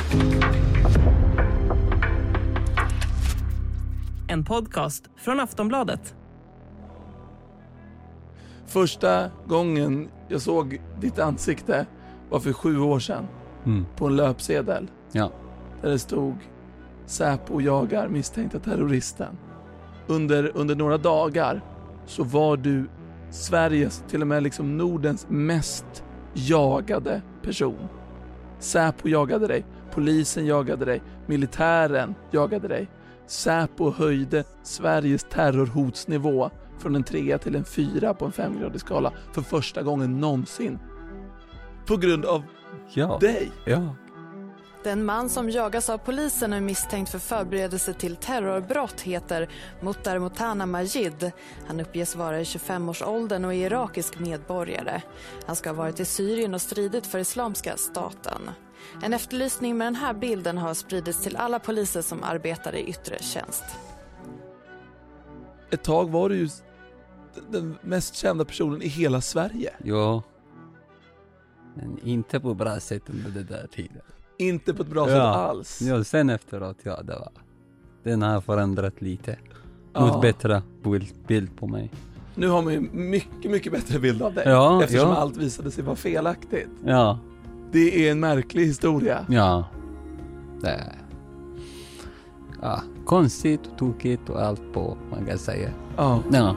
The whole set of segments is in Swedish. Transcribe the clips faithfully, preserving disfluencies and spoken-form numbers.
En podcast från Aftonbladet. Första gången jag såg ditt ansikte var för sju år sedan. Mm. På en löpsedel. Ja. Där det stod Säpo jagar misstänkta terroristen. Under, under några dagar så var du Sveriges, till och med liksom Nordens mest jagade person. Säpo jagade dig, polisen jagade dig, militären jagade dig. Säpo höjde Sveriges terrorhotsnivå från en trea till en fyra på en femgradig skala för första gången någonsin. På grund av ja. dig. Ja. Den man som jagas av polisen är misstänkt för förberedelse till terrorbrott heter Muhtar Mutana Majid. Han uppges vara i tjugofem-årsåldern och är irakisk medborgare. Han ska ha varit i Syrien och stridit för Islamiska staten. En efterlysning med den här bilden har spridits till alla poliser som arbetar i yttre tjänst. Ett tag var du ju den mest kända personen i hela Sverige. Ja. Men inte på bra sätt under det där tiden. Inte på ett bra ja. sätt alls. Ja, sen efteråt, ja, det var... Den har förändrat lite. Ja. Mot bättre bild, bild på mig. Nu har man ju mycket, mycket bättre bild av dig. Ja, eftersom ja. allt visade sig vara felaktigt. Ja. Det är en märklig historia. Ja. Det är... Ja, konstigt och tokigt och allt på, man kan säga. Ja. Ja.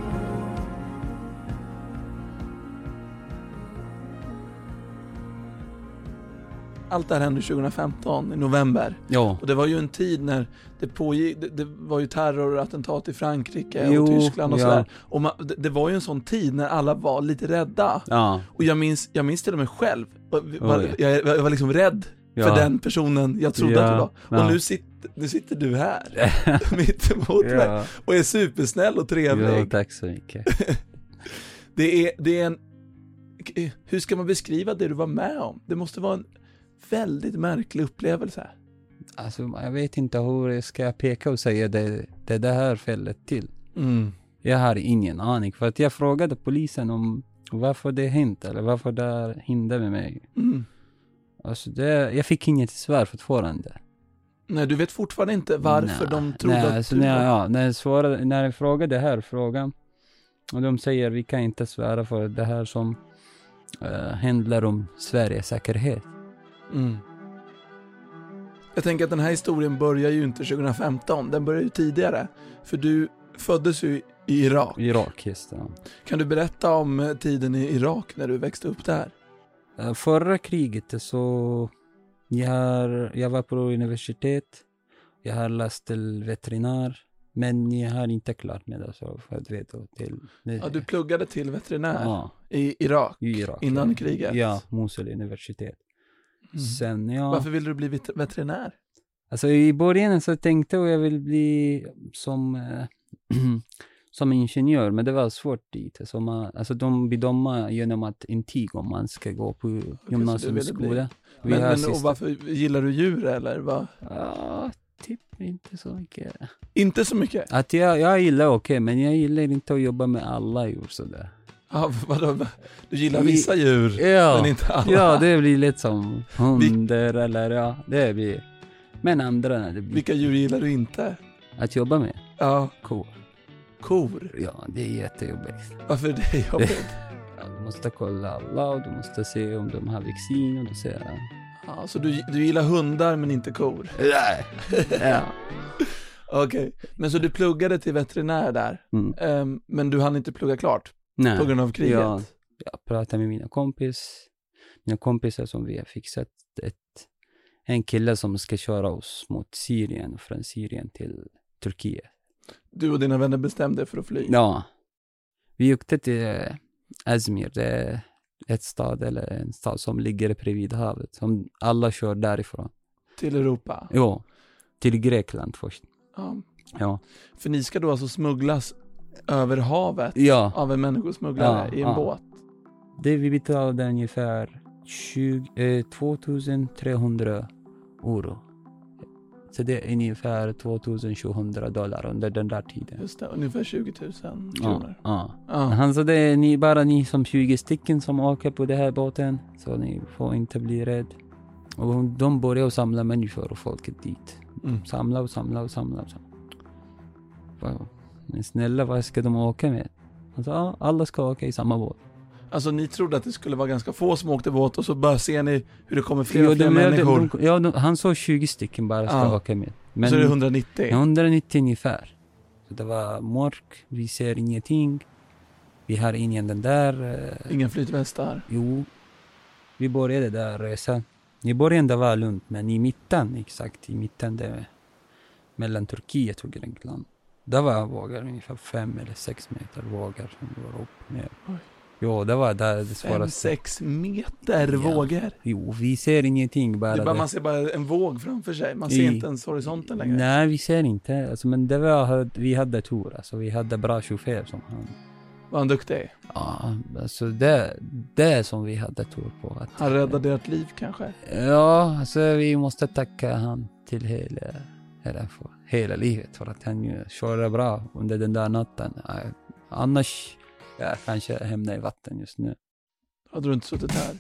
Allt det här hände tjugohundrafemton i november. Ja. Och det var ju en tid när det pågick, det, det var ju terrorattentat i Frankrike jo, och Tyskland och ja. sådär. Och man, det, det var ju en sån tid när alla var lite rädda. Ja. Och jag minns, jag minns till och med själv. Var, jag, jag var liksom rädd ja. för den personen jag trodde ja. att du var. Och ja. nu, sitter, nu sitter du här. mitt emot ja. mig. Och är supersnäll och trevlig. Ja, tack så mycket. det, är, det är en... Hur ska man beskriva det du var med om? Det måste vara en väldigt märklig upplevelse. Alltså, jag vet inte hur jag ska peka och säga det, det, det här fället till. Mm. Jag har ingen aning. För att jag frågade polisen om varför det hänt eller varför det hände med mig. Mm. Alltså det, jag fick inget svar fortfarande. Nej, du vet fortfarande inte varför nej, de trodde nej, att alltså du när, var... ja, när, jag svarade, när jag frågade det här frågan och de säger vi kan inte svära för det här som uh, handlar om Sveriges säkerhet. Mm. Jag tänker att den här historien börjar ju inte tjugohundrafemton, den börjar ju tidigare. För du föddes ju i Irak. Irak, just det. Kan du berätta om tiden i Irak när du växte upp där? Uh, förra kriget så jag, har, jag var på universitet. Jag har läst till veterinär. Men jag har inte klart med det så för att veta till. Det. Ja, du pluggade till veterinär ja. i Irak, I Irak innan ja. kriget? Ja, Mosul universitet. Mm. Sen, ja. Varför ville du bli veterinär? Alltså i början så tänkte jag jag vill bli som äh, som ingenjör, men det var svårt dit. Alltså, man, alltså de bedömer genom att intyg om man ska gå på gymnasieskola. Men, men och varför gillar du djur eller vad? Ja, typ inte så mycket. Inte så mycket? Att jag, jag gillar okej, okay, men jag gillar inte att jobba med alla djur sådär. Ja, vadå? Du gillar vissa djur, ja, men inte alla? Ja, det blir lite som hundar Vi... eller ja, det blir. Men andra... Det blir... Vilka djur gillar du inte? Att jobba med? Ja. Kor. Kor? Ja, det är jättejobbigt. Varför är det jobbigt? Ja, du måste kolla alla och du måste se om de har vaccin och du ser... Ja, så du, du gillar hundar men inte kor? Nej. Ja. Okej, okay. Men så du pluggade till veterinär där, mm. um, men du hann inte plugga klart? Nej. På grund av kriget? Ja, jag pratade med mina kompis, mina kompisar som vi har fixat ett, en kille som ska köra oss mot Syrien, från Syrien till Turkiet. Du och dina vänner bestämde för att fly? Ja. Vi åkte till Azmir, det är ett stad eller en stad som ligger bredvid havet, som alla kör därifrån. Till Europa? Ja, till Grekland först. Ja. Ja. För ni ska då alltså smugglas över havet ja. av en människosmugglare ja, i en ja. båt? Det vi betalade ungefär tjugo, eh, tvåtusentrehundra euro. Så det är ungefär tvåtusentsjuhundra dollar under den där tiden. Just det, ungefär tjugo tusen kronor. Ja, ja. ja. Han sa det är ni, bara ni som tjugo stycken som åker på den här båten. Så ni får inte bli rädd. Och de började samla människor och folket dit. Mm. Samla och samla och samla. Och samla. Men snälla, vad ska de åka med? Alltså, ja, alla ska åka i samma båt. Alltså ni trodde att det skulle vara ganska få som åkte båt och så bara ser ni hur det kommer fler och Jo, fler de, människor. de, de, ja, de, han sa tjugo stycken bara ska Ja. åka med. Men Så är det hundranittio. hundranittio ungefär. Så det var mörk, vi ser ingenting. Vi har ingen den där. Eh, Inga flytvästar. jo, vi började där resa. I början det var lugnt, men i mitten, exakt i mitten det mellan Turkiet och Grekland. Det var vågor ungefär fem eller sex meter vågor som var upp ner. Oj. Jo, det var där det Fem, svåraste. sex meter Ja. vågor. Jo, vi ser ingenting. Bara Det är bara, det. man ser bara en våg framför sig. Man ser I- inte ens horisonten längre. Nej, vi ser inte. Alltså, men det var, vi hade tur. Alltså, vi hade bra chaufför som han. Var han duktig? Ja, alltså det, det som vi hade tur på. Att, Han räddade ert liv kanske? Ja, alltså vi måste tacka han till hela, hela, för, hela livet. För att han ju körde bra under den där natten. Ja, annars, ja, kanske hamnar i vatten just nu. Hade du inte suttit här?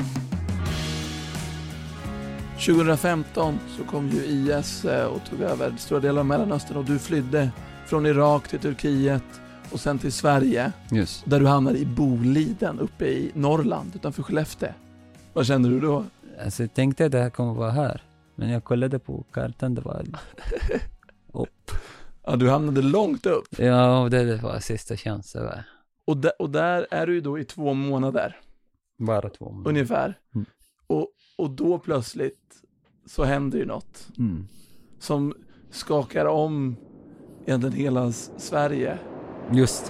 tjugohundrafemton så kom ju I S och tog över stora delar av Mellanöstern och du flydde från Irak till Turkiet och sen till Sverige Just. där du hamnade i Boliden uppe i Norrland utanför Skellefteå. Vad kände du då? Alltså jag tänkte att det här kommer vara här. Men jag kollade på kartan, det var upp. Ja, du hamnade långt upp. Ja, och det var sista chansen. Va? Och, där, och där är du ju då i två månader Bara två månader. ungefär. Mm. Och, och då plötsligt så händer ju något Mm. som skakar om egentligen hela S- Sverige. Just.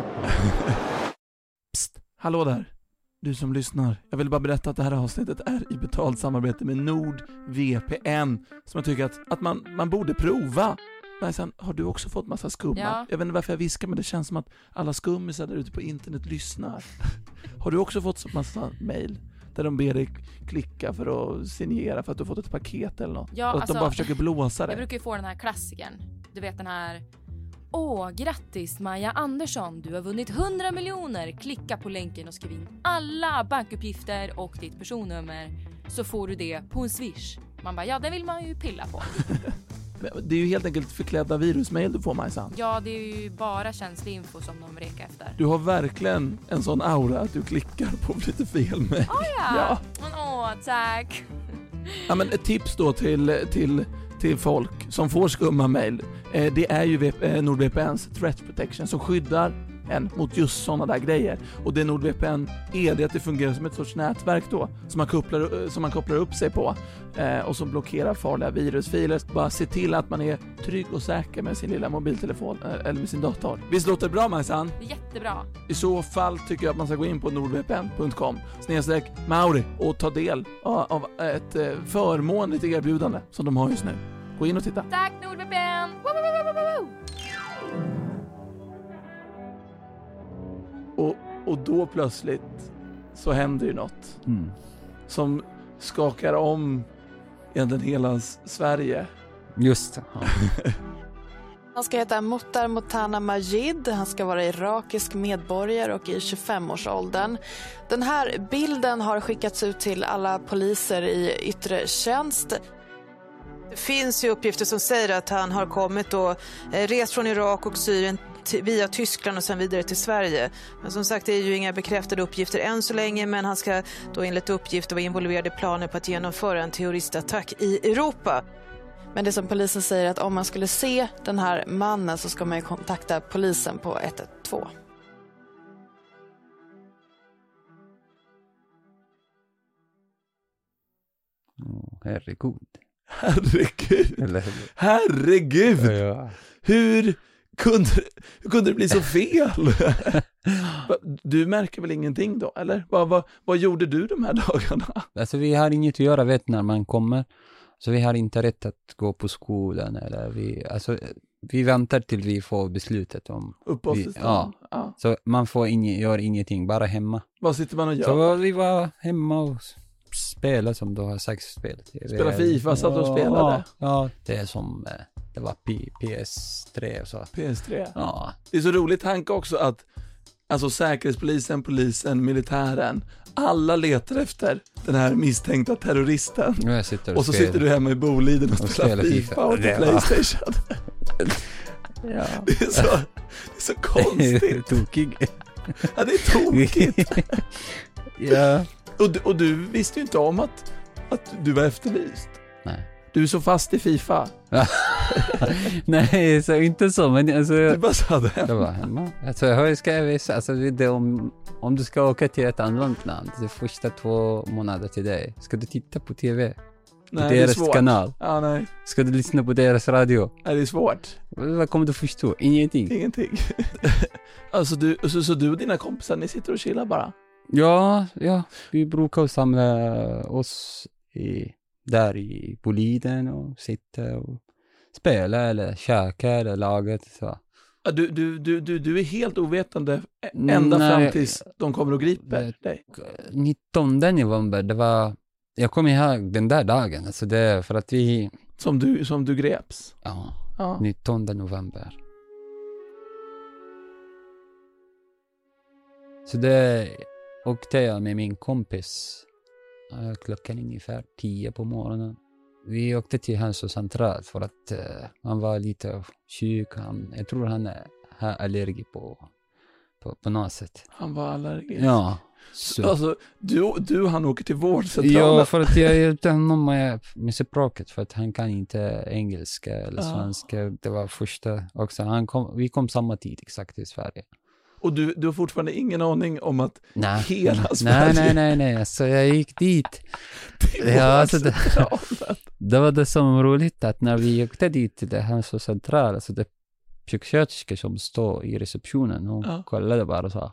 Psst, hallå där. Du som lyssnar. Jag vill bara berätta att det här avsnittet är i betalt samarbete med NordVPN som jag tycker att, att man, man borde prova. Men sen har du också fått massa skumma. Ja. Jag vet inte varför jag viskar, men det känns som att alla skummisar där ute på internet lyssnar. Har du också fått så massa mejl där de ber dig klicka för att signera för att du har fått ett paket eller något? Ja, och att alltså, de bara försöker blåsa Jag dig? brukar ju få den här klassikern. Du vet den här: Åh, grattis Maja Andersson, du har vunnit hundra miljoner. Klicka på länken och skriv in alla bankuppgifter och ditt personnummer så får du det på en swish. Man bara, ja, det vill man ju pilla på. Det är ju helt enkelt förklädda virusmail du får, Majsan. Ja, det är ju bara känslig info som de rekar efter. Du har verkligen en sån aura att du klickar på lite fel med. Åh ja. Ja. Men, åh, tack. Ja, men ett tips då till, till, till folk som får skumma mejl. Eh, det är ju V P, eh, NordVPNs Threat Protection som skyddar en mot just sådana där grejer. Och det NordVPN är det att det fungerar som ett sorts nätverk då som man kopplar, som man kopplar upp sig på eh, och som blockerar farliga virusfiler. Bara se till att man är trygg och säker med sin lilla mobiltelefon eh, eller med sin dator. Visst låter det bra, Majsan? Det är jättebra. I så fall tycker jag att man ska gå in på nordvpn punkt com snedstreck Mauri och ta del av ett eh, förmånligt erbjudande som de har just nu. Gå in och titta. Tack NordVPN. Woo, woo, woo, woo, woo. Och, och då plötsligt så händer ju något Mm. som skakar om egentligen hela S- Sverige. Just. Ja. Han ska heta Muhtar Motana Majid. Han ska vara irakisk medborgare och i tjugofemårsåldern. Den här bilden har skickats ut till alla poliser i yttre tjänst. Det finns ju uppgifter som säger att han har kommit och eh, rest från Irak och Syrien t- via Tyskland och sen vidare till Sverige. Men som sagt, det är ju inga bekräftade uppgifter än så länge, men han ska då enligt uppgifter vara involverad i planer på att genomföra en terroristattack i Europa. Men det som polisen säger är att om man skulle se den här mannen så ska man ju kontakta polisen på ett ett två. Oh, herregud. Herregud. Eller, Herregud. ja. Hur kunde, hur kunde det bli så fel? Va, du märker väl ingenting då, eller? Vad, vad, vad gjorde du de här dagarna? Alltså vi har inget att göra, vet, när man kommer. Så vi har inte rätt att gå på skolan. Eller vi, alltså, vi väntar till vi får beslutet om... Uppehållstillstånd? Ja. Ja. Så man får inge, gör ingenting, bara hemma. Vad sitter man och gör? Så vi var hemma och spela som du har sagt spel. Spela FIFA, satt och spelade? Ja, ja, det är som, eh, det var P- PS3 och så. P S tre. Ja, Det är så roligt tanke också att, Alltså säkerhetspolisen, polisen, militären. Alla letar efter den här misstänkta terroristen. Jag sitter och, och så spelar. sitter du hemma i Boliden och, och spelar FIFA och det, PlayStation. Ja. Det är så, det är så konstigt. Tokig. Ja, det är tokigt. Ja. Och du, och du visste ju inte om att, att du var efterlyst. Nej. Du är så fast i FIFA. Nej, så inte så. Men alltså, du bara sa det. Det var hemma. Alltså, hur ska jag visa? Alltså, det om, om du ska åka till ett annat land, de första två månader till dig, ska du titta på tv? På Nej, deras det är svårt. kanal? Ja, nej. Ska du lyssna på deras radio? Nej, det är svårt. Vad kommer du förstå? Ingenting. Ingenting. Alltså, du, så, så du och dina kompisar, ni sitter och chillar bara? Ja, ja. Vi brukar samla oss i, där i Boliden och sitta och spela eller käka eller laga. Så. Ja, du, du, du, du, du är helt ovetande ända Nej, fram tills de kommer och griper det, dig. nittonde november, det var... Jag kommer ihåg den där dagen. Alltså det för att vi... Som du, som du greps? Ja, ja. nittonde november. Så det åkte jag med min kompis. Klockan ungefär tio på morgonen. Vi åkte till hälsocentral för att uh, han var lite sjuk. Han, jag tror han är allergisk på, på, på något sätt. Han var allergisk? Ja. Så. Alltså, du, du han åker till vårdcentralen? Ja, för att jag hjälpte honom med, med språket. För att han kan inte engelska eller svenska. Ja. Det var första också. Han kom, vi kom samma tid exakt i Sverige. Och du, du har fortfarande ingen aning om att nej, hela Sverige... Nej, nej, nej, nej. Alltså, jag gick dit. Ja, alltså, det, det var det som var roligt att när vi åkte dit till det hälsocentral, alltså det sjuksköterskor som står i receptionen, hon ja. kollade bara och sa.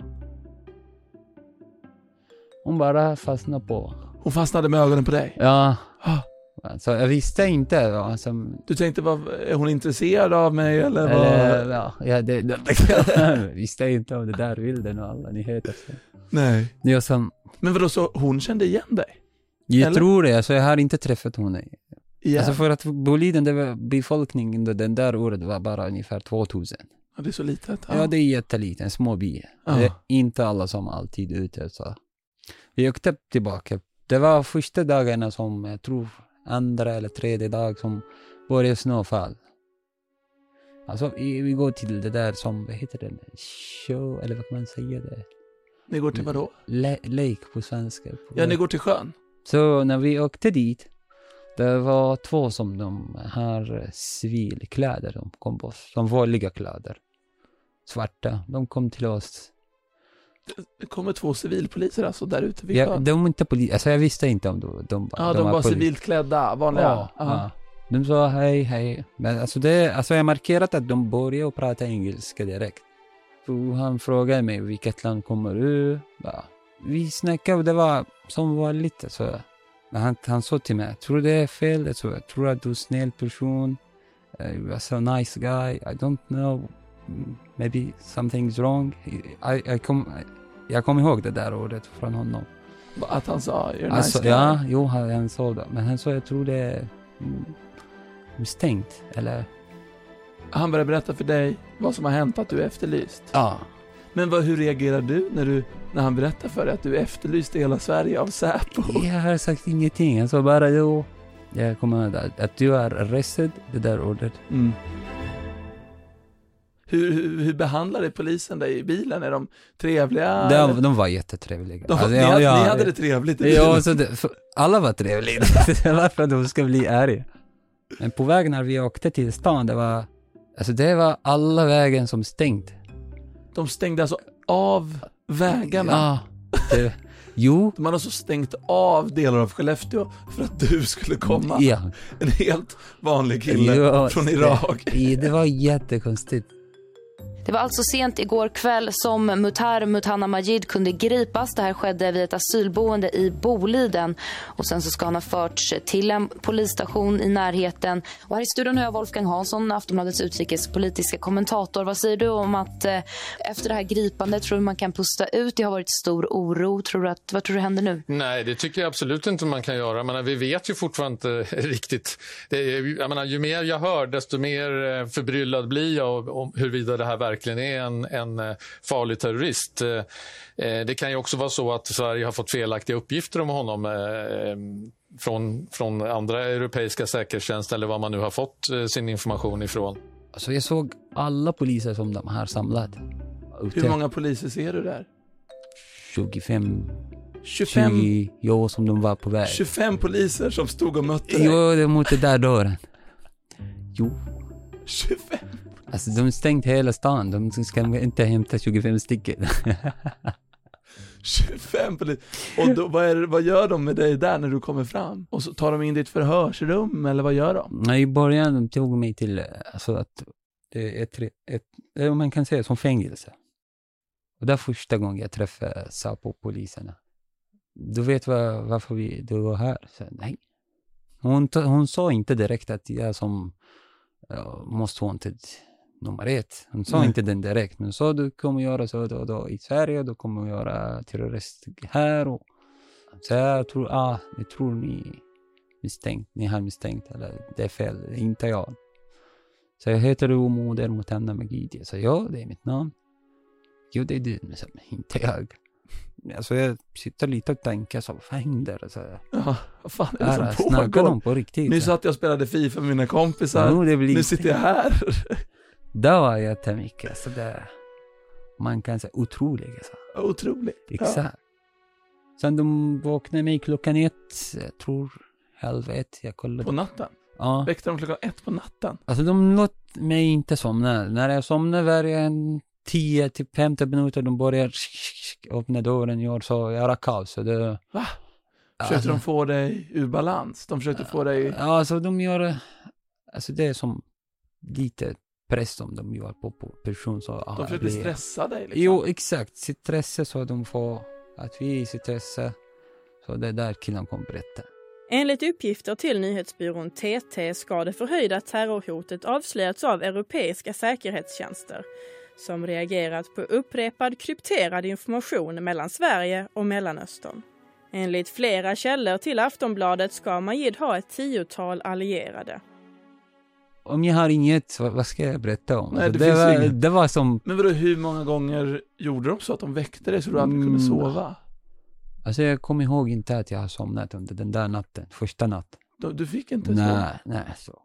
Hon bara fastnade på. Hon fastnade med ögonen på dig? Ja. Alltså, jag visste inte. Alltså, du tänkte, vad, är hon intresserad av mig? Eller vad? Eller, ja, ja, det, det, jag visste inte om det där bilden och alla nyheter. Så. Nej. Jag som, men vadå, så hon kände igen dig? Jag eller? tror det. Alltså, jag har inte träffat henne. Yeah. Alltså för att Boliden, det var befolkningen under den där året var bara ungefär tvåtusen. Ja, det är så litet. Ja, ja det är jätteliten, små by. Ja. Det är inte alla som alltid är ute. Så. Vi åkte tillbaka. Det var första dagarna som, jag tror, andra eller tredje dag som började snöfall. Alltså vi, vi går till det där som, vad heter det? Show, eller vad kan man säga det? Ni går till vadå? Le- lake på svenska. På ja, ni går till sjön. Så när vi åkte dit, det var två som de har civilkläder, de kom på oss, som vanliga kläder. Svarta, de kom till oss. Det kommer två civilpoliser alltså där ute vid ja, sjön? De var inte poliser, alltså jag visste inte om de, de, ja, de, de var, var poli- civilt klädda, vanliga. Ja, ja. De sa hej, hej. Men alltså, det, alltså jag markerat att de började prata engelska direkt. Så han frågade mig, vilket land kommer du? Ja. Vi snackade och det var som var lite så. Men han, han sa till mig, tror det är fel? Jag tror, jag tror att du är en snäll person. Uh, you are so nice guy. I don't know. Maybe something's wrong. I, I kom, jag kommer ihåg det där ordet från honom. Att han sa, you're alltså, nice guy? Ja, jo, han, han sa det. Men han sa, jag tror det är mm, misstänkt. Eller... Han började berätta för dig vad som har hänt, att du är efterlyst. Ja. Men vad, hur reagerar du när, du när han berättar för dig att du är efterlyst i hela Sverige av Säpo? Jag har sagt ingenting. Han sa bara, jo, jag kommer ihåg att, att du är arrested, det där ordet. Mm. Hur, hur, hur behandlade polisen dig i bilen? Är de trevliga? De, de var jättetrevliga. De, alltså, ni, ja, hade, ja, ni hade det trevligt i bilen? Ja, så det, alla var trevliga. Varför de ska bli arga. Men på vägen när vi åkte till stan, det var, alltså det var alla vägen som stängt. De stängde alltså av vägarna? Ja. Det, jo. De hade alltså stängt av delar av Skellefteå för att du skulle komma. Ja. En helt vanlig kille ja, från Irak. Det, det var jättekonstigt. Det var alltså sent igår kväll som Muhtar Muthanna Majid kunde gripas. Det här skedde vid ett asylboende i Boliden. Och sen så ska han ha förts till en polisstation i närheten. Och här i studion har jag Wolfgang Hansson, Aftonbladets utrikespolitiska kommentator. Vad säger du om att eh, efter det här gripandet, tror du man kan pusta ut? Det har varit stor oro. Tror du att, vad tror du händer nu? Nej, det tycker jag absolut inte man kan göra. Men vi vet ju fortfarande inte riktigt. Det är, jag menar, ju mer jag hör, desto mer förbryllad blir jag om huruvida det här verkar verkligen är en, en farlig terrorist. Det kan ju också vara så att Sverige har fått felaktiga uppgifter om honom från, från andra europeiska säkerhetstjänster eller vad man nu har fått sin information ifrån. Alltså jag såg alla poliser som de har samlat. Hur många poliser ser du där? tjugofem. tjugofem? tjugo, ja, som de var på väg. tjugofem poliser som stod och mötte dig? Jo, det mot det där dörren. Jo. tjugofem? Alltså de stängt hela stan. De ska inte hämta tjugofem stycken. tjugofem poliser. Och då, vad, är, vad gör de med dig där när du kommer fram? Och så tar de in ditt förhörsrum eller vad gör de? Nej, i början de tog mig till alltså att det är ett, ett, ett, man kan säga som fängelse. Och det är första gången jag träffade Säpo-poliserna. Du vet var, varför vi, du var här? Så, nej. Hon, hon sa inte direkt att jag som uh, måste ha till nummer ett. Hon sa nej. Inte den direkt. Men sa du kommer göra så då, då i Sverige. Du kommer göra terrorist här. Och, så jag tror, ah, jag tror ni misstänkt. Ni har misstänkt. Eller det är fel. Det är inte jag. Så jag heter Moder Muthanna Majid. Så ja, det är mitt namn. Jo, det är du. Men så, inte jag. Alltså jag sitter lite och tänker så, vad händer? Alltså, ja, vad fan är det som pågår? Snackar de på riktigt? Nu satt jag och spelade FIFA med mina kompisar. Ja, det blir... Nu sitter jag här. Det var jättemycket. Alltså det, man kan säga otroligt. Alltså. Otroligt. Exakt. Ja. Sen de vaknade mig klockan ett, jag tror halv ett. Jag kollade. På natten? Ja. Väckte de klockan ett på natten? Alltså de låt mig inte somna. När jag somnar varje en tio till femton minuter de börjar öppna dörren gör så jag rakar så det. Va? Försökte alltså, de få dig ur balans? De försökte få dig. Ja, alltså de gör alltså det är som lite press som de gör på, på person så. De försökte blir... stressa dig liksom. Jo, exakt. Stressa så de får att vi stressa så det är där killen kommer berätta. Enligt uppgifter till nyhetsbyrån T T ska det förhöjda terrorhotet avslöjats av europeiska säkerhetstjänster som reagerat på upprepad krypterad information mellan Sverige och Mellanöstern. Enligt flera källor till Aftonbladet ska Majid ha ett tiotal allierade. Om jag har inget, vad ska jag berätta om? Nej, det, det, var, inget. det var som... Men vadå, hur många gånger gjorde de så att de väckte dig så du aldrig kunde sova? Alltså jag kommer ihåg inte att jag har somnat under den där natten, första natten. Du, du fick inte nej, sova? Nej, så.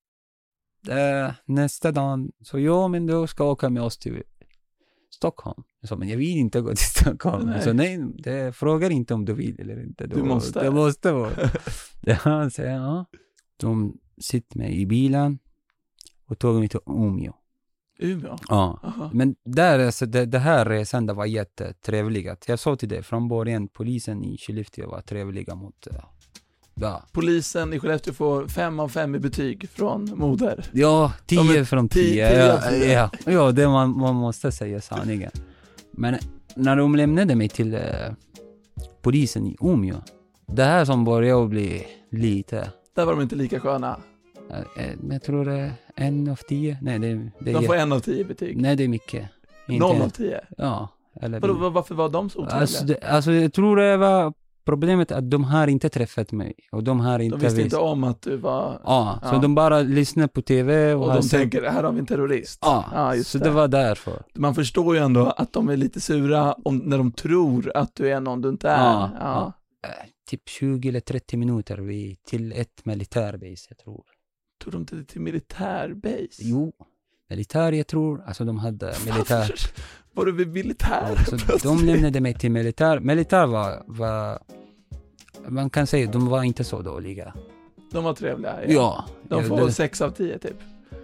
Det, nästa dag, så ja, men du ska åka med oss till Stockholm. Så, men jag vill inte gå till Stockholm. Nej. Så nej, det frågar inte om du vill eller inte. Du, du måste. Det måste vara. Ja, så ja. De sitter med i bilen och tog mig till Umeå. Umeå? Ja. Aha. Men där, alltså, det, det här resan det var jättetrevligt. Jag sa till dig från början, polisen i Skellefteå var trevliga mot... Ja. Polisen i Skellefteå får fem av fem i betyg från Moder. Ja, tio är, från tio. tio, tio, tio. Ja, ja, ja, det man, man måste säga sanningen. Men när de lämnade mig till eh, polisen i Umeå, det här som började bli lite... Där var de inte lika sköna. Eh, jag tror det är en av tio. Nej, det, det de är, får en av tio betyg. Nej, det är mycket. Inte Noll av tio? Ja. Eller var, varför var de så otrevliga? Alltså, det, alltså jag tror det var... Problemet är att de har inte träffat mig. Och de har inte de visste vis- inte om att du var... Ja, ja. Så de bara lyssnar på tv. Och, och de sett... tänker, här har vi en terrorist. Ja, ja just så det. det var därför. Man förstår ju ändå att de är lite sura om, när de tror att du är någon du inte är. Ja, ja. ja. Typ tjugo eller trettio minuter vi till ett militärbase, jag tror. Tog de till, till militärbase? Jo, militär jag tror. Alltså de hade militär. Var du vid militär? Ja, så de lämnade mig till militär. Militär var, var... Man kan säga de var inte så dåliga. De var trevliga. Ja. ja de får det... sex av tio typ.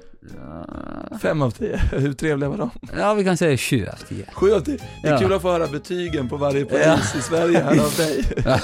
Ja. Fem av tio. Hur trevliga var de? Ja, vi kan säga sju av tio. Sju av tio. Det är ja. Kul att få höra betygen på varje polis ja. I Sverige här av dig.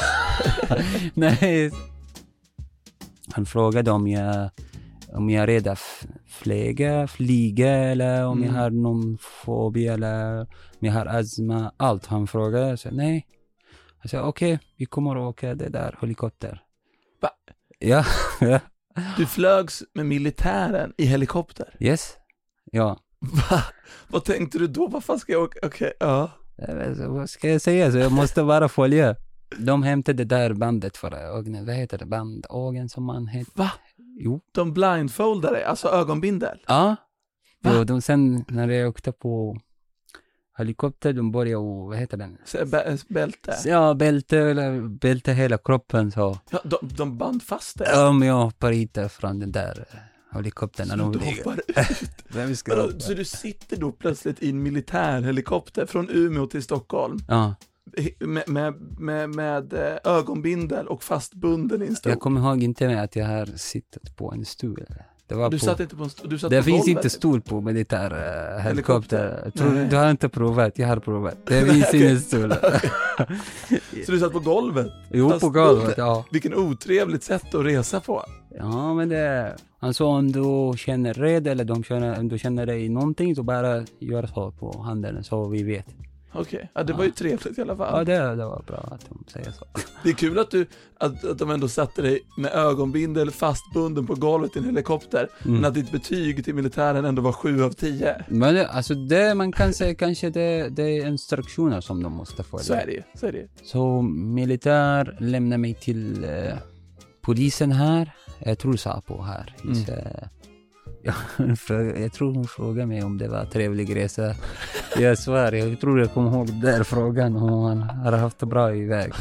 Nej. Han frågade om jag om jag är rädd att flyga, flyga eller om mm. jag har någon fobi eller om jag har astma. Allt han frågade. Så nej. Jag sa okej, okay, vi kommer att åka det där helikopter. Va? Ja. Du flögs med militären i helikopter? Yes. Ja. Va? Vad tänkte du då? Vad fan ska jag åka? Okej, okay, ja. Alltså, vad ska jag säga? Så jag måste bara följa. De hämtade det där bandet för ögonen. Vad heter det? Bandögon som man heter. Va? Jo. De blindfoldade, alltså ögonbindel? Ja. Jo, de, sen när jag åkte på helikopter, de började, och, vad heter den? Bälte? Ja, bälte, eller bälte hela kroppen så. Ja, de, de band fast det? Ja, men jag hoppar hit från den där helikoptern. Så de du hoppar ut? Vem ska hoppa? Så du sitter då plötsligt i en militärhelikopter från Umeå till Stockholm? Ja. Med, med, med, med ögonbindel och fastbunden i en stol? Jag kommer ihåg inte med att jag har suttit på en stol. Det var du på, satt inte på en stol? Du satt det på finns golvet. inte stol på militär uh, helikopter. Jag tror, Nej. du har inte provat, jag har provat. Det finns ingen stol. Så du satt på golvet? Jo, Fast på golvet, bunden. ja. Vilken otrevligt sätt att resa på. Ja, men det... Alltså om du känner rädd eller de känner, om du känner dig i någonting, så bara gör så på handen så vi vet. Okej, okay. Ja, det var ju trevligt i alla fall. Ja, det, det var bra att de säger så. Det är kul att, du, att, att de ändå satte dig med ögonbindel fastbunden på golvet i en helikopter. Mm. Men att ditt betyg till militären ändå var sju av tio. Men det, alltså det man kan säga kanske det, det är instruktioner som de måste få. Så är det, så är det. Så militär lämnar mig till eh, polisen här. Jag tror Säpo här. Mm. Så, ja, jag tror hon frågade mig om det var trevlig resa. Jag svär, jag tror jag kommer ihåg där frågan om han har haft det bra i väg.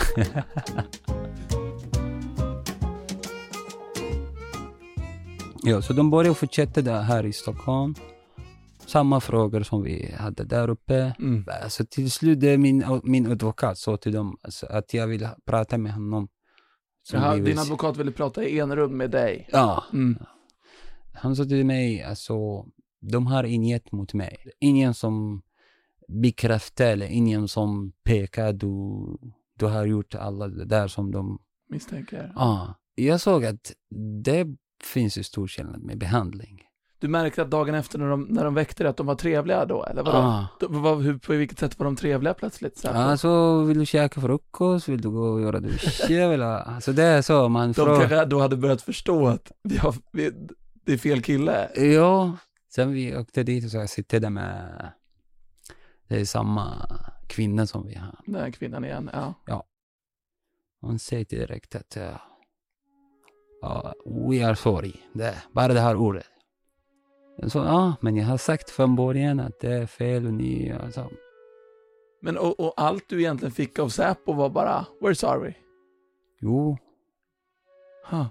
Ja, så de började fortsätta där här i Stockholm. Samma frågor som vi hade där uppe. Mm. Så till slut det min, min advokat sa till dem alltså, att jag vill prata med honom. Jaha, din vill... advokat ville prata i en rum med dig? Ja. Mm. Han sa till mig, alltså, de har inget mot mig. Ingen som bekräftar eller ingen som pekar du, du har gjort alla det där som de misstänker. Ja. Jag såg att det finns ju stor skillnad med behandling. Du märkte att dagen efter när de, när de väckte det att de var trevliga då? Eller vadå? Ah. De, vad, hur, på vilket sätt var de trevliga plötsligt? Så ja, så vill du käka frukost? Vill du gå och göra dusch? Alltså det är så man får... De kanske då hade börjat förstå att vi har, vi, det är fel kille. Ja, sen vi åkte dit och så jag sitter där med det är samma kvinna som vi har. Den här kvinnan igen, ja. Ja. Hon säger direkt att ja, we are sorry. Det, bara det här ordet. Så ja, men jag har sagt från början att det är fel och ni alltså. Men och, och allt du egentligen fick av Säpo var bara we're sorry. Jo. Huh.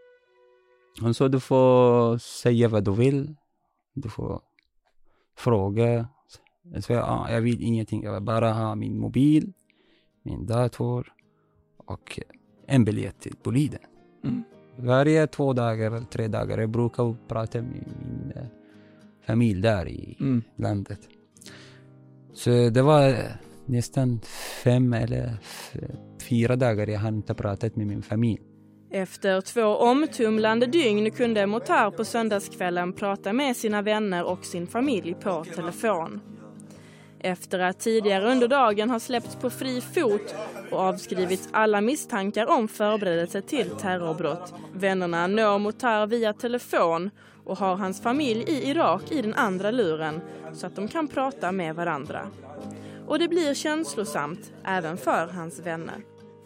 Och så du får säga vad du vill. Du får fråga. Så ja, jag vill ingenting. Jag vill bara ha min mobil, min dator och en biljett till polisen. Mm. Varje två dagar eller tre dagar jag brukar prata med min äh, familj där i mm. landet. Så det var nästan fem eller f- fyra dagar jag hade inte pratat med min familj. Efter två omtumlande dygn kunde Muhtar på söndagskvällen prata med sina vänner och sin familj på telefon. Efter att tidigare under dagen ha släppts på fri fot och avskrivit alla misstankar om förberedelse till terrorbrott. Vännerna når Muhtar via telefon och har hans familj i Irak i den andra luren så att de kan prata med varandra. Och det blir känslosamt även för hans vänner.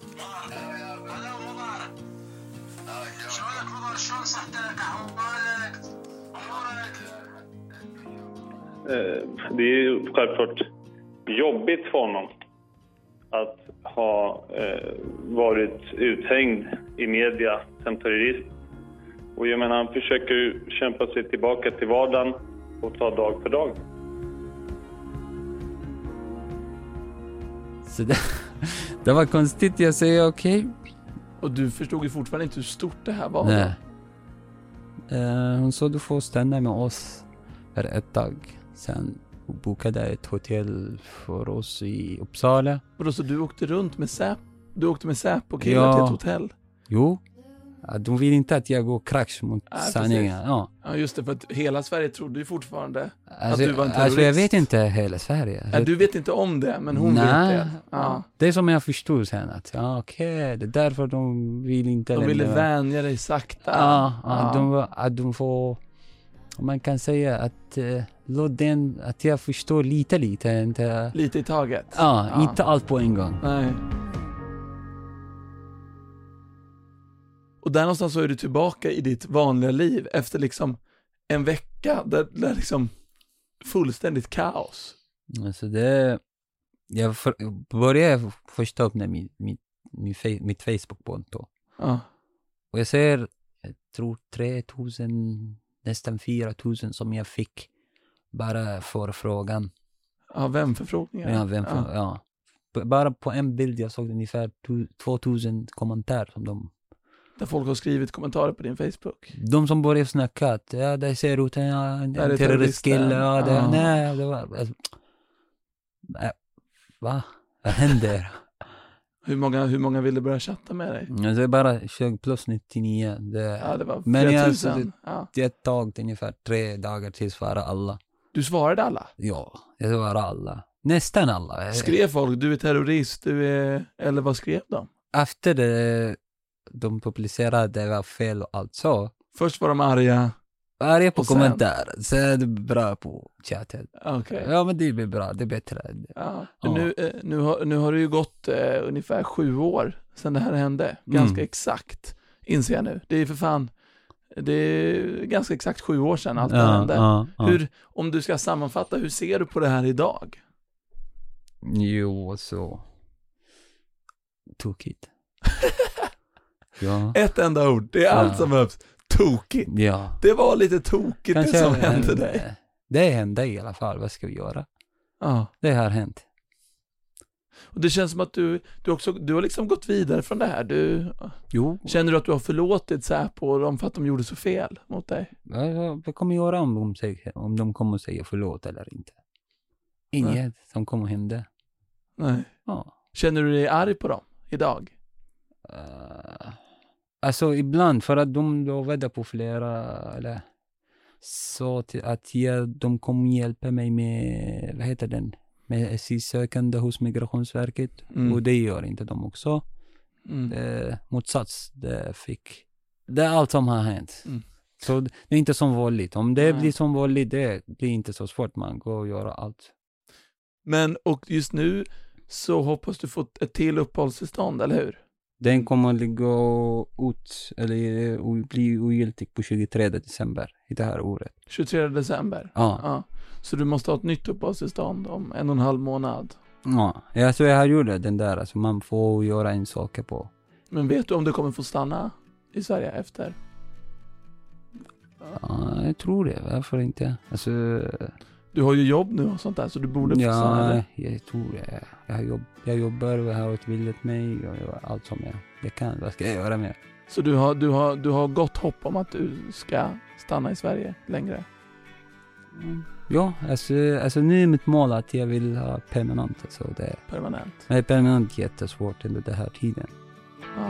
Det är ju självklart jobbigt för honom att ha eh, varit uthängd i media som terrorist. Och jag menar, han försöker kämpa sig tillbaka till vardagen och ta dag för dag. Så det, det var konstigt, jag säger okej. Okay. Och du förstod ju fortfarande inte hur stort det här var. Nej. Uh, hon sa du får stanna med oss för ett dag. Sen bokade ett hotell för oss i Uppsala. Och då så du åkte runt med Säp? Du åkte med Säp och killar ja. till ett hotell? Jo. De vill inte att jag går krasch mot ja, sanningen. Ja. ja, just det. För att hela Sverige trodde ju fortfarande alltså, att du var en terrorist. Alltså jag vet inte hela Sverige. Ja, du vet inte om det, men hon Nej. vet det. Ja. Det är som jag förstod sen att ja, okej, okay, det är därför de vill inte... De ville vänja dig sakta. Ja, ja. Att, de, att de får... Man kan säga att uh, låt den, att jag förstår lite, lite. Inte, lite i taget? Ja, ja, inte allt på en gång. Nej. Och där någonstans så är du tillbaka i ditt vanliga liv efter liksom en vecka där det är liksom fullständigt kaos. Alltså det, jag för, började första upp när min, min, min, mitt Facebook-konto. Ja. Och jag ser, jag tror tre tusen, nästan fyra tusen som jag fick bara för frågan. Ja, vänförfrågningar. Ja, vänförfrågningar, ja. ja. Bara på en bild jag såg ungefär två tusen kommentarer som de... Där folk har skrivit kommentarer på din Facebook. De som började snacka att ja, det ser ut en, en terroristkill. Ja, det, ja. Nej, det var... Alltså, äh, va? Vad händer? Hur många, hur många ville börja chatta med dig? Alltså, det är bara tjugo plus nittionio. Det, ja, det var men flera jag, tusen. Alltså, det, ja. det ett tag till ungefär tre dagar till svara alla. Du svarade alla? Ja, jag svarade alla. Nästan alla. Skrev folk, du är terrorist, du är... Eller vad skrev de? Efter det, de publicerade det var fel och allt så. Först var de arga. Arga på kommentarer. Sen är det bra på chatten. Okay. Ja, men det blir bra. Det är bättre. Ja. Ja. Nu, nu, har, nu har det ju gått eh, ungefär sju år sedan det här hände. Ganska mm. exakt. Inser jag nu. Det är för fan... Det är ganska exakt sju år sedan allt det ja, hände. Ja, ja. Hur, om du ska sammanfatta, hur ser du på det här idag? Jo, så... Tokigt. ja. Ett enda ord, det är ja. allt som behövs. Tokigt. Ja. Det var lite tokigt Kanske det som hände hände. dig. Det hände i alla fall, vad ska vi göra? Ja. Det har hänt. Och det känns som att du, du, också, du har liksom gått vidare från det här. Du, jo. Känner du att du har förlåtit Säpo och dem för att de gjorde så fel mot dig? Ja, vad kommer göra om de, säger, om de kommer säga förlåt eller inte? Inget Nej. som kommer hända. Nej. Ja. Känner du dig arg på dem idag? Uh, alltså ibland, för att de lovade på flera, eller så till att jag, de kommer hjälpa mig med, vad heter den? Med asylsökande hos Migrationsverket. Mm. Och det gör inte de också. Mm. Det, motsats, det fick... Det är allt som har hänt. Mm. Så det är inte som vanligt. Om det Nej. blir som vanligt, det blir inte så svårt. Man går och gör allt. Men, och just nu så hoppas du få ett till uppehållstillstånd, eller hur? Den kommer att gå ut, eller bli ogiltig på tjugotredje december i det här året. tjugotredje december? Ja. ja. Så du måste ha ett nytt uppehållstillstånd om en och en halv månad? Ja, ja så jag har gjort den där. Alltså man får göra en sak på. Men vet du om du kommer få stanna i Sverige efter? Ja, jag tror det. Varför inte? Alltså... Du har ju jobb nu och sånt där, så du borde få ja, stanna. Ja, jag tror det. Jag, har jobb, jag jobbar och jag har utbildat mig och jag gör allt som jag, jag kan. Vad ska jag göra mer? Så du har, du, har, du har gott hopp om att du ska stanna i Sverige längre? Mm. Ja, alltså, alltså nu är mitt mål att jag vill ha permanent. Alltså det, permanent? Det är permanent jättesvårt under den här tiden. Ja.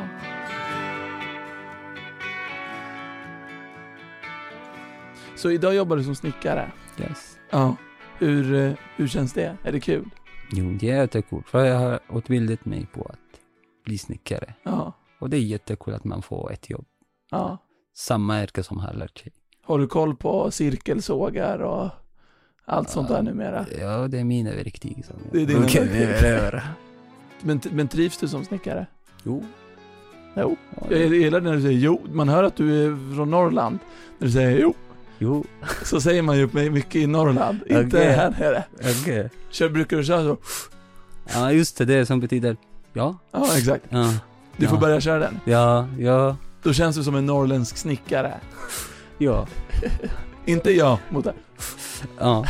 Så idag jobbar du som snickare? Yes. Ja. Hur, hur känns det? Är det kul? Jo, det är jättekul. För jag har utbildat mig på att bli snickare. Ja. Och det är jättekul att man får ett jobb. Ja. Samma yrke som har lärt sig. Har du koll på cirkelsågar och allt sånt där numera? Ja, det är mina verktyg. Som det är dina verktyg. men, men trivs du som snickare? Jo. Jo. Jag gillar när du säger jo. Man hör att du är från Norrland. När du säger jo. Jo. Så säger man ju mycket i Norrland. Okay. Inte här nere. Okej. Okay. Brukar du köra så? Ja, just det. Det som betyder ja. Ja, exakt. Ja. Du ja. får börja köra den. Ja, ja. Då känns du som en norrländsk snickare. Ja. Inte jag mot det. Ja.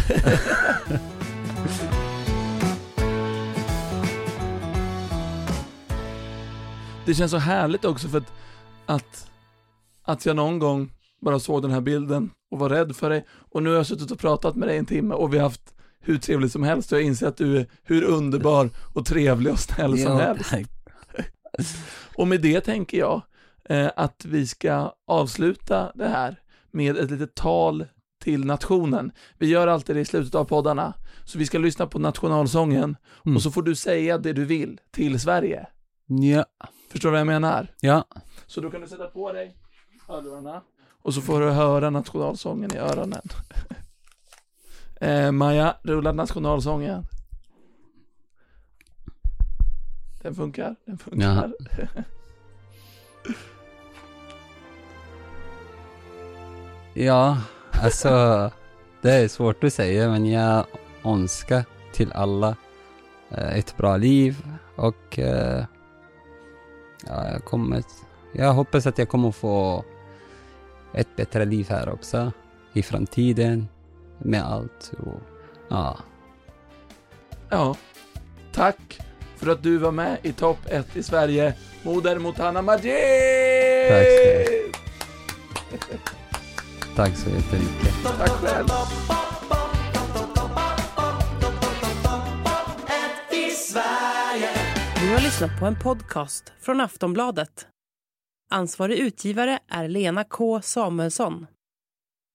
Det känns så härligt också för att, att att jag någon gång bara såg den här bilden och var rädd för dig. Och nu har jag suttit och pratat med dig en timme och vi har haft hur trevligt som helst. Och jag inser att du är hur underbar och trevlig och snäll som ja, helst. Tack. Och med det tänker jag eh, att vi ska avsluta det här med ett litet tal till nationen. Vi gör alltid det i slutet av poddarna. Så vi ska lyssna på nationalsången mm. och så får du säga det du vill till Sverige. Ja. Förstår du vad jag menar? Ja. Så då kan du sätta på dig hörlurarna och så får du höra nationalsången i öronen. eh, Maja, rulla nationalsången. Den funkar, den funkar. Ja. Ja, alltså, det är svårt att säga, men jag önskar till alla eh, ett bra liv och eh, ja, jag kommer, jag hoppas att jag kommer få ett bättre liv här också i framtiden med allt. Och, ja. Ja, tack för att du var med i topp ett i Sverige. Moder Muthanna Majid! Tack så, tack så jättemycket. Tack själv. Du har lyssnat på en podcast från Aftonbladet. Ansvarig utgivare är Lena K. Samuelsson.